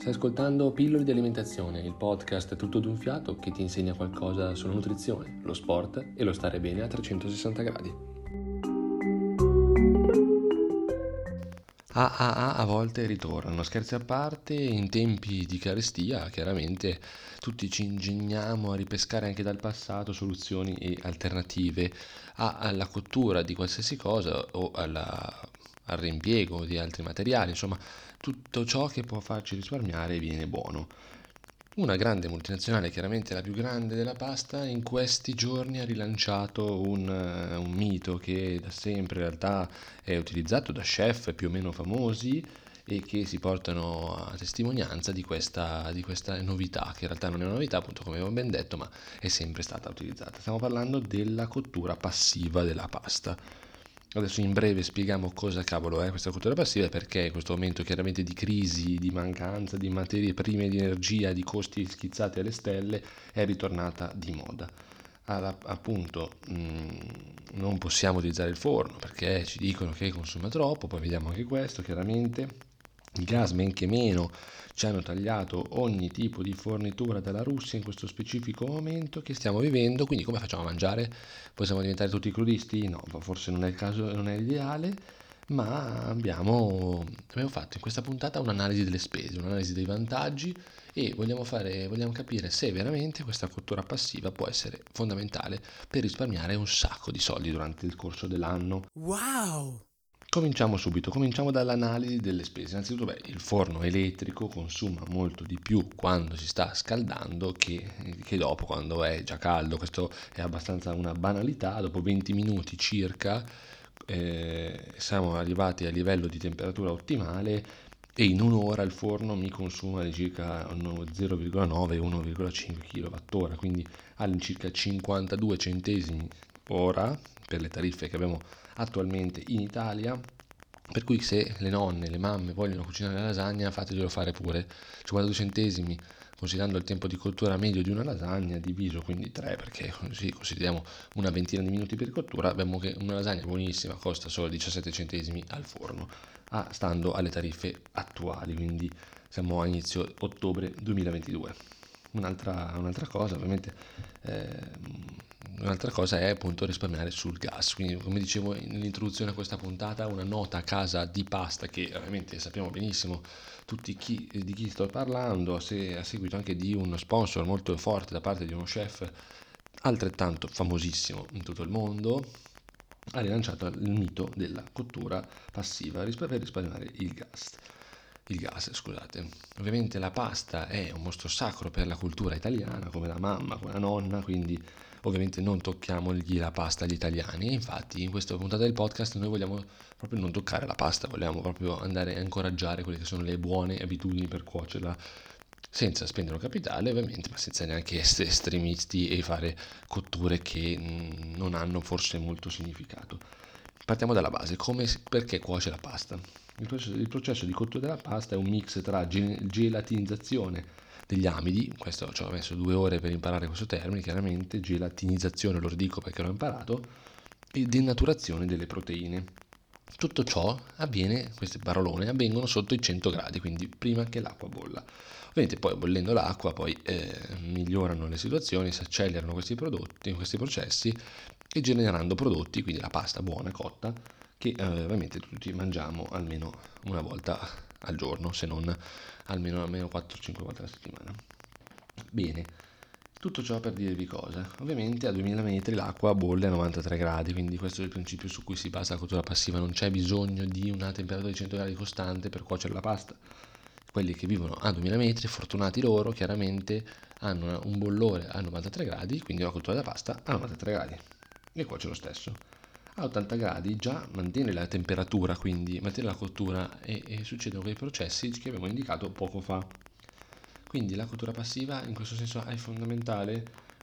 Stai ascoltando Pillole di alimentazione, il podcast tutto d'un fiato che ti insegna qualcosa sulla nutrizione, lo sport e lo stare bene a 360 gradi. A volte ritornano, scherzi a parte, in tempi di carestia chiaramente tutti ci ingegniamo a ripescare anche dal passato soluzioni e alternative alla cottura di qualsiasi cosa o al reimpiego di altri materiali, insomma tutto ciò che può farci risparmiare viene buono. Una grande multinazionale, chiaramente la più grande della pasta, in questi giorni ha rilanciato un mito che da sempre in realtà è utilizzato da chef più o meno famosi e che si portano a testimonianza di questa novità, che in realtà non è una novità, appunto come abbiamo ben detto, ma è sempre stata utilizzata. Stiamo parlando della cottura passiva della pasta. Adesso in breve spieghiamo cosa cavolo è questa cottura passiva e perché in questo momento chiaramente di crisi, di mancanza di materie prime, di energia, di costi schizzati alle stelle è ritornata di moda. Appunto non possiamo utilizzare il forno perché ci dicono che consuma troppo, poi vediamo anche questo chiaramente. I gas men che meno ci hanno tagliato ogni tipo di fornitura dalla Russia in questo specifico momento che stiamo vivendo, quindi come facciamo a mangiare? Possiamo diventare tutti crudisti? No, forse non è il caso, non è l'ideale, ma abbiamo fatto in questa puntata un'analisi delle spese, un'analisi dei vantaggi e vogliamo capire se veramente questa cottura passiva può essere fondamentale per risparmiare un sacco di soldi durante il corso dell'anno. Wow! Cominciamo dall'analisi delle spese. Innanzitutto, il forno elettrico consuma molto di più quando si sta scaldando che dopo, quando è già caldo. Questo è abbastanza una banalità. Dopo 20 minuti circa siamo arrivati a livello di temperatura ottimale e in un'ora il forno mi consuma di circa 0,9-1,5 kWh, quindi all'incirca 52 centesimi ora per le tariffe che abbiamo attualmente in Italia, per cui se le nonne, le mamme vogliono cucinare la lasagna fateglielo fare pure, 52 centesimi considerando il tempo di cottura medio di una lasagna diviso quindi 3, perché così consideriamo una ventina di minuti per cottura, abbiamo che una lasagna buonissima costa solo 17 centesimi al forno, stando alle tariffe attuali, quindi siamo a inizio ottobre 2022. Un'altra cosa ovviamente un'altra cosa è appunto risparmiare sul gas, quindi come dicevo nell'introduzione a questa puntata una nota a casa di pasta che ovviamente sappiamo benissimo di chi sto parlando, a seguito anche di uno sponsor molto forte da parte di uno chef altrettanto famosissimo in tutto il mondo, ha rilanciato il mito della cottura passiva per risparmiare il gas, scusate. Ovviamente la pasta è un mostro sacro per la cultura italiana, come la mamma, come la nonna, quindi ovviamente non tocchiamogli la pasta agli italiani. E infatti in questa puntata del podcast noi vogliamo proprio non toccare la pasta, vogliamo proprio andare a incoraggiare quelle che sono le buone abitudini per cuocerla senza spendere un capitale ovviamente, ma senza neanche essere estremisti e fare cotture che non hanno forse molto significato. Partiamo dalla base, perché cuoce la pasta? Il processo di cottura della pasta è un mix tra gelatinizzazione degli amidi, questo ci ho messo 2 ore per imparare questo termine, chiaramente, gelatinizzazione lo dico perché l'ho imparato, e denaturazione delle proteine. Tutto ciò avviene, queste parolone, avvengono sotto i 100 gradi, quindi prima che l'acqua bolla. Ovviamente poi bollendo l'acqua poi migliorano le situazioni, si accelerano questi prodotti, questi processi e generando prodotti, quindi la pasta buona cotta, che ovviamente tutti mangiamo almeno una volta al giorno, se non almeno 4-5 volte alla settimana. Bene, tutto ciò per dirvi cosa. Ovviamente a 2000 metri l'acqua bolle a 93 gradi, quindi questo è il principio su cui si basa la cottura passiva, non c'è bisogno di una temperatura di 100 gradi costante per cuocere la pasta. Quelli che vivono a 2000 metri, fortunati loro, chiaramente hanno un bollore a 93 gradi, quindi la cottura della pasta a 93 gradi e cuoce lo stesso. A 80 gradi già mantiene la temperatura, quindi mantiene la cottura e succedono quei processi che abbiamo indicato poco fa. Quindi la cottura passiva in questo senso è fondamentale?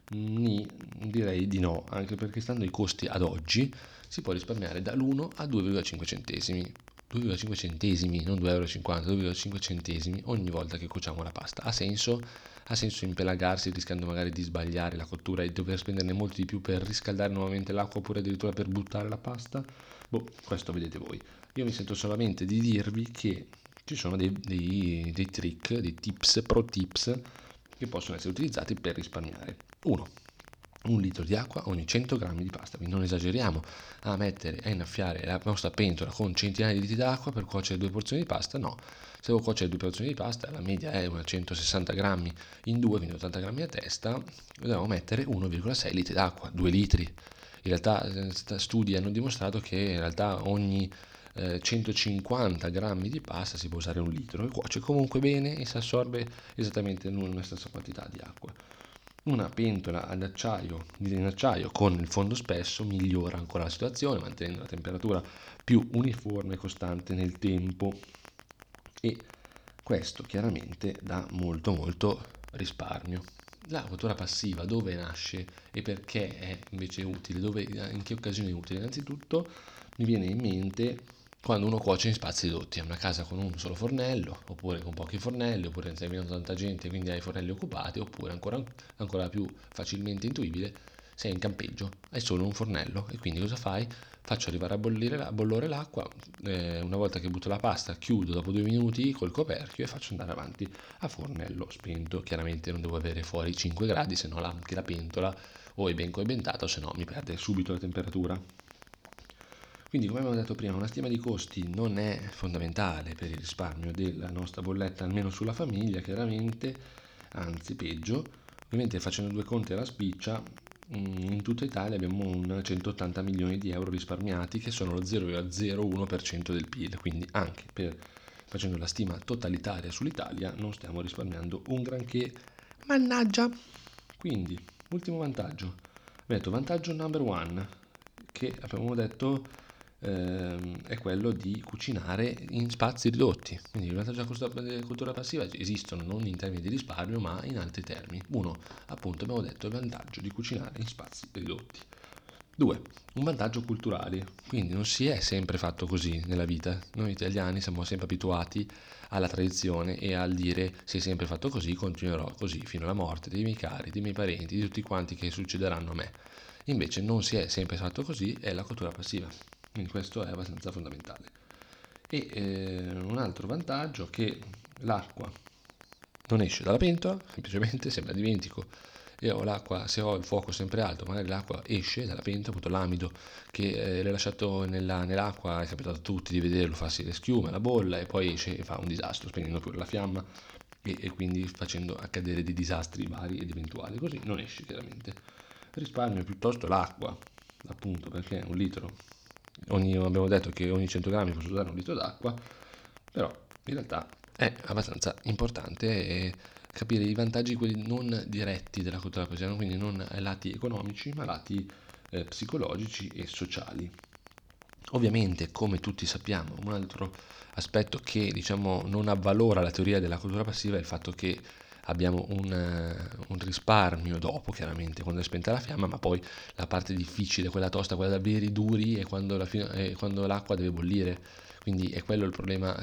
Direi di no, anche perché stando ai costi ad oggi si può risparmiare dall'1 a 2,5 centesimi. 2,5 centesimi, non 2,50 euro, 2,5 centesimi ogni volta che cuociamo la pasta. Ha senso? Ha senso impelagarsi rischiando magari di sbagliare la cottura e dover spenderne molto di più per riscaldare nuovamente l'acqua oppure addirittura per buttare la pasta? Questo vedete voi. Io mi sento solamente di dirvi che ci sono dei trick, dei tips, pro tips che possono essere utilizzati per risparmiare. 1. 1 litro di acqua ogni 100 grammi di pasta, quindi non esageriamo a innaffiare la nostra pentola con centinaia di litri d'acqua per cuocere 2 porzioni di pasta, no. Se devo cuocere 2 porzioni di pasta, la media è una 160 grammi in 2, quindi 80 grammi a testa, dobbiamo mettere 1,6 litri d'acqua, 2 litri. In realtà studi hanno dimostrato che in realtà ogni 150 grammi di pasta si può usare 1 litro e cuoce comunque bene e si assorbe esattamente la stessa quantità di acqua. Una pentola in acciaio con il fondo spesso migliora ancora la situazione, mantenendo la temperatura più uniforme e costante nel tempo, e questo chiaramente dà molto risparmio. La cottura passiva dove nasce e perché è invece utile, in che occasione è utile? Innanzitutto mi viene in mente quando uno cuoce in spazi ridotti, è una casa con un solo fornello, oppure con pochi fornelli, oppure non stai avendo tanta gente quindi hai i fornelli occupati, oppure ancora più facilmente intuibile, sei in campeggio, hai solo un fornello e quindi cosa fai? Faccio arrivare a bollore l'acqua, una volta che butto la pasta chiudo dopo 2 minuti col coperchio e faccio andare avanti a fornello spento. Chiaramente non devo avere fuori i 5 gradi, se no anche la pentola o è ben coibentata, o se no mi perde subito la temperatura. Quindi, come abbiamo detto prima, una stima di costi non è fondamentale per il risparmio della nostra bolletta, almeno sulla famiglia, chiaramente, anzi peggio. Ovviamente facendo 2 conti alla spiccia, in tutta Italia abbiamo 180 milioni di euro risparmiati, che sono lo 0,01% del PIL, quindi anche facendo la stima totalitaria sull'Italia non stiamo risparmiando un granché. Mannaggia! Quindi, ultimo vantaggio. Abbiamo detto vantaggio number one, che abbiamo detto è quello di cucinare in spazi ridotti. Quindi i vantaggi della cultura passiva esistono non in termini di risparmio, ma in altri termini. 1. Appunto abbiamo detto il vantaggio di cucinare in spazi ridotti. 2. Un vantaggio culturale, quindi non si è sempre fatto così nella vita. Noi italiani siamo sempre abituati alla tradizione e al dire si è sempre fatto così, continuerò così fino alla morte dei miei cari, dei miei parenti, di tutti quanti che succederanno a me. Invece non si è sempre fatto così, è la cultura passiva. Quindi questo è abbastanza fondamentale. E un altro vantaggio è che l'acqua non esce dalla pentola, semplicemente se me la dimentico e ho l'acqua, se ho il fuoco sempre alto, magari l'acqua esce dalla pentola, appunto l'amido che l'è lasciato nell'acqua, è capitato a tutti di vederlo, farsi le schiume, la bolla e poi esce e fa un disastro, spegnendo pure la fiamma e quindi facendo accadere dei disastri vari ed eventuali, così non esce chiaramente. Risparmio piuttosto l'acqua, appunto perché 1 litro, abbiamo detto che ogni 100 grammi posso usare 1 litro d'acqua, però in realtà è abbastanza importante capire i vantaggi, quelli non diretti della cultura paesiana, quindi non lati economici, ma lati psicologici e sociali. Ovviamente, come tutti sappiamo, un altro aspetto che diciamo non avvalora la teoria della cultura passiva è il fatto che abbiamo un risparmio dopo, chiaramente, quando è spenta la fiamma, ma poi la parte difficile, quella tosta, quella da veri duri, è quando l'acqua deve bollire. Quindi è quello il problema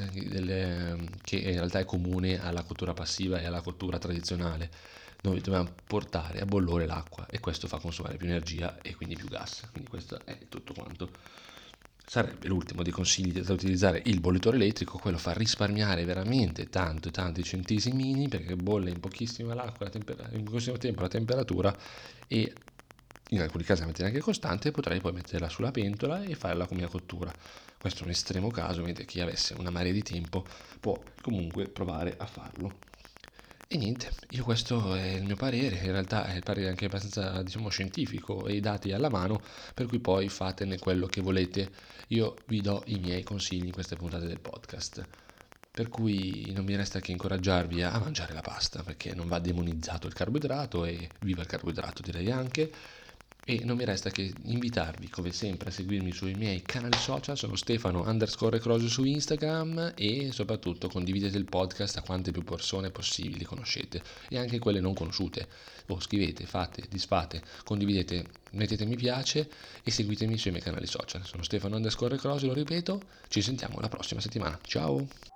che in realtà è comune alla cottura passiva e alla cottura tradizionale. Noi dobbiamo portare a bollore l'acqua e questo fa consumare più energia e quindi più gas. Quindi questo è tutto quanto. Sarebbe l'ultimo dei consigli da utilizzare il bollitore elettrico, quello fa risparmiare veramente tanti centesimini perché bolle in pochissimo l'acqua, in pochissimo tempo la temperatura e in alcuni casi la mantiene anche costante, potrei poi metterla sulla pentola e farla come a cottura. Questo è un estremo caso, mentre chi avesse una marea di tempo può comunque provare a farlo. E niente, io questo è il mio parere, in realtà è il parere anche abbastanza, diciamo, scientifico e i dati alla mano, per cui poi fatene quello che volete. Io vi do i miei consigli in queste puntate del podcast. Per cui non mi resta che incoraggiarvi a mangiare la pasta, perché non va demonizzato il carboidrato e viva il carboidrato direi anche. E non mi resta che invitarvi, come sempre, a seguirmi sui miei canali social, sono Stefano_Recrosi su Instagram e soprattutto condividete il podcast a quante più persone possibili conoscete e anche quelle non conosciute. Scrivete, fate, disfate, condividete, mettete mi piace e seguitemi sui miei canali social. Sono Stefano_Recrosi, lo ripeto, ci sentiamo la prossima settimana. Ciao!